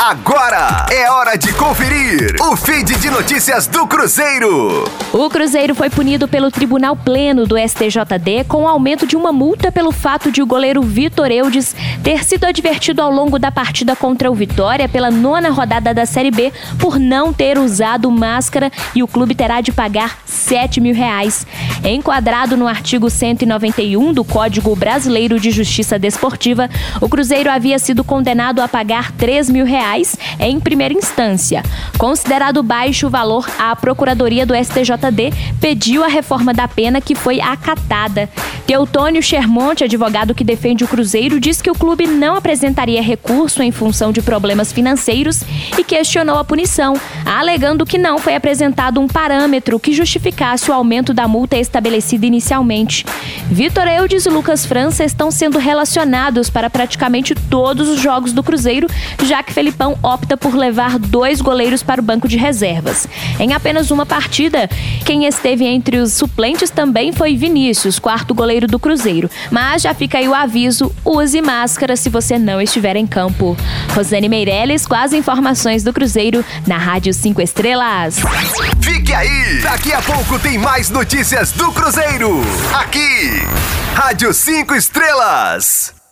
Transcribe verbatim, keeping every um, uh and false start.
Agora é hora de conferir o feed de notícias do Cruzeiro. O Cruzeiro foi punido pelo Tribunal Pleno do S T J D com o aumento de uma multa pelo fato de o goleiro Vitor Eudes ter sido advertido ao longo da partida contra o Vitória pela nona rodada da Série B por não ter usado máscara, e o clube terá de pagar sete mil reais. Enquadrado no artigo cento e noventa e um do Código Brasileiro de Justiça Desportiva, o Cruzeiro havia sido condenado a pagar três mil reais em primeira instância. Considerado baixo o valor, a Procuradoria do S T J D pediu a reforma da pena, que foi acatada. Teutônio Schermonte, advogado que defende o Cruzeiro, diz que o clube não apresentaria recurso em função de problemas financeiros e questionou a punição, alegando que não foi apresentado um parâmetro que justificasse o aumento da multa estabelecida inicialmente. Vitor Eudes e Lucas França estão sendo relacionados para praticamente todos os jogos do Cruzeiro, já que Felipão opta por levar dois goleiros para o banco de reservas. Em apenas uma partida, quem esteve entre os suplentes também foi Vinícius, quarto goleiro do Cruzeiro. Mas já fica aí o aviso: use máscara se você não estiver em campo. Rosane Meirelles com as informações do Cruzeiro na Rádio cinco Estrelas. Fique aí! Daqui a pouco tem mais notícias do Cruzeiro. Aqui, Rádio cinco Estrelas.